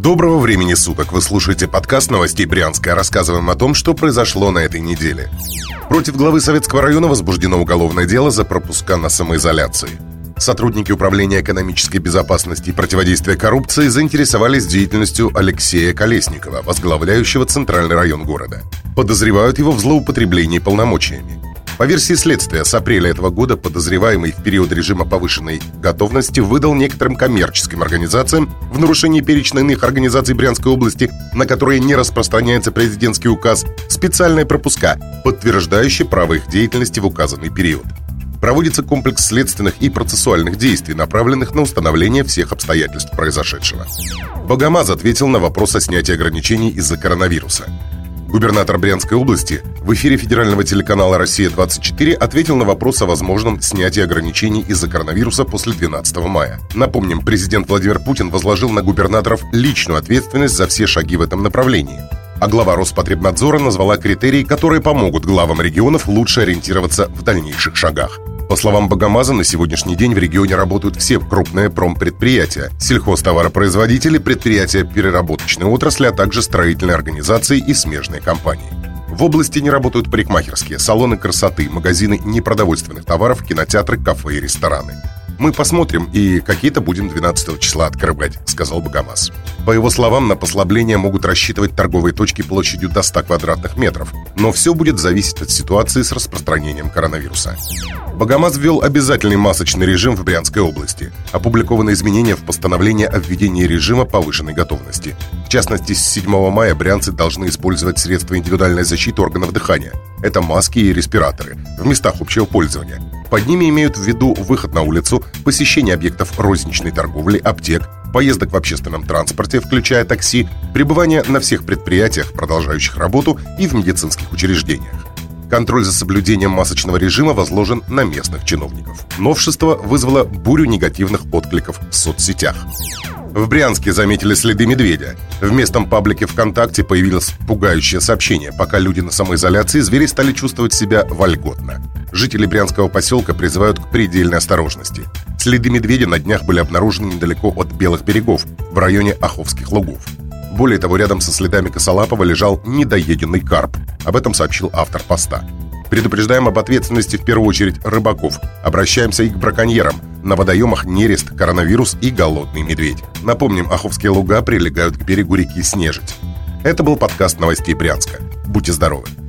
Доброго времени суток! Вы слушаете подкаст новостей Брянска. Рассказываем о том, что произошло на этой неделе. Против главы Советского района возбуждено уголовное дело за пропуска на самоизоляции. Сотрудники Управления экономической безопасности и противодействия коррупции заинтересовались деятельностью Алексея Колесникова, возглавляющего Центральный район города. Подозревают его в злоупотреблении полномочиями. По версии следствия, с апреля этого года подозреваемый в период режима повышенной готовности выдал некоторым коммерческим организациям в нарушении перечня иных организаций Брянской области, на которые не распространяется президентский указ, специальные пропуска, подтверждающие право их деятельности в указанный период. Проводится комплекс следственных и процессуальных действий, направленных на установление всех обстоятельств произошедшего. Богомаз ответил на вопрос о снятии ограничений из-за коронавируса. Губернатор Брянской области в эфире федерального телеканала «Россия-24» ответил на вопрос о возможном снятии ограничений из-за коронавируса после 12 мая. Напомним, президент Владимир Путин возложил на губернаторов личную ответственность за все шаги в этом направлении. А глава Роспотребнадзора назвала критерии, которые помогут главам регионов лучше ориентироваться в дальнейших шагах. По словам Богомаза, на сегодняшний день в регионе работают все крупные промпредприятия, сельхозтоваропроизводители, предприятия переработочной отрасли, а также строительные организации и смежные компании. В области не работают парикмахерские, салоны красоты, магазины непродовольственных товаров, кинотеатры, кафе и рестораны. «Мы посмотрим и какие-то будем 12 числа открывать», — сказал Богомаз. По его словам, на послабление могут рассчитывать торговые точки площадью до 100 квадратных метров, но все будет зависеть от ситуации с распространением коронавируса. Богомаз ввел обязательный масочный режим в Брянской области. Опубликованы изменения в постановлении о введении режима повышенной готовности. В частности, с 7 мая брянцы должны использовать средства индивидуальной защиты органов дыхания. Это маски и респираторы в местах общего пользования. Под ними имеют в виду выход на улицу, посещение объектов розничной торговли, аптек, поездок в общественном транспорте, включая такси, пребывание на всех предприятиях, продолжающих работу, и в медицинских учреждениях. Контроль за соблюдением масочного режима возложен на местных чиновников. Новшество вызвало бурю негативных откликов в соцсетях. В Брянске заметили следы медведя. В местном паблике ВКонтакте появилось пугающее сообщение. Пока люди на самоизоляции, звери стали чувствовать себя вольготно. Жители Брянского поселка призывают к предельной осторожности. Следы медведя на днях были обнаружены недалеко от Белых берегов, в районе Оховских лугов. Более того, рядом со следами косолапого лежал недоеденный карп. Об этом сообщил автор поста. Предупреждаем об ответственности в первую очередь рыбаков. Обращаемся и к браконьерам. На водоемах нерест, коронавирус и голодный медведь. Напомним, Оховские луга прилегают к берегу реки Снежить. Это был подкаст новостей Брянска. Будьте здоровы!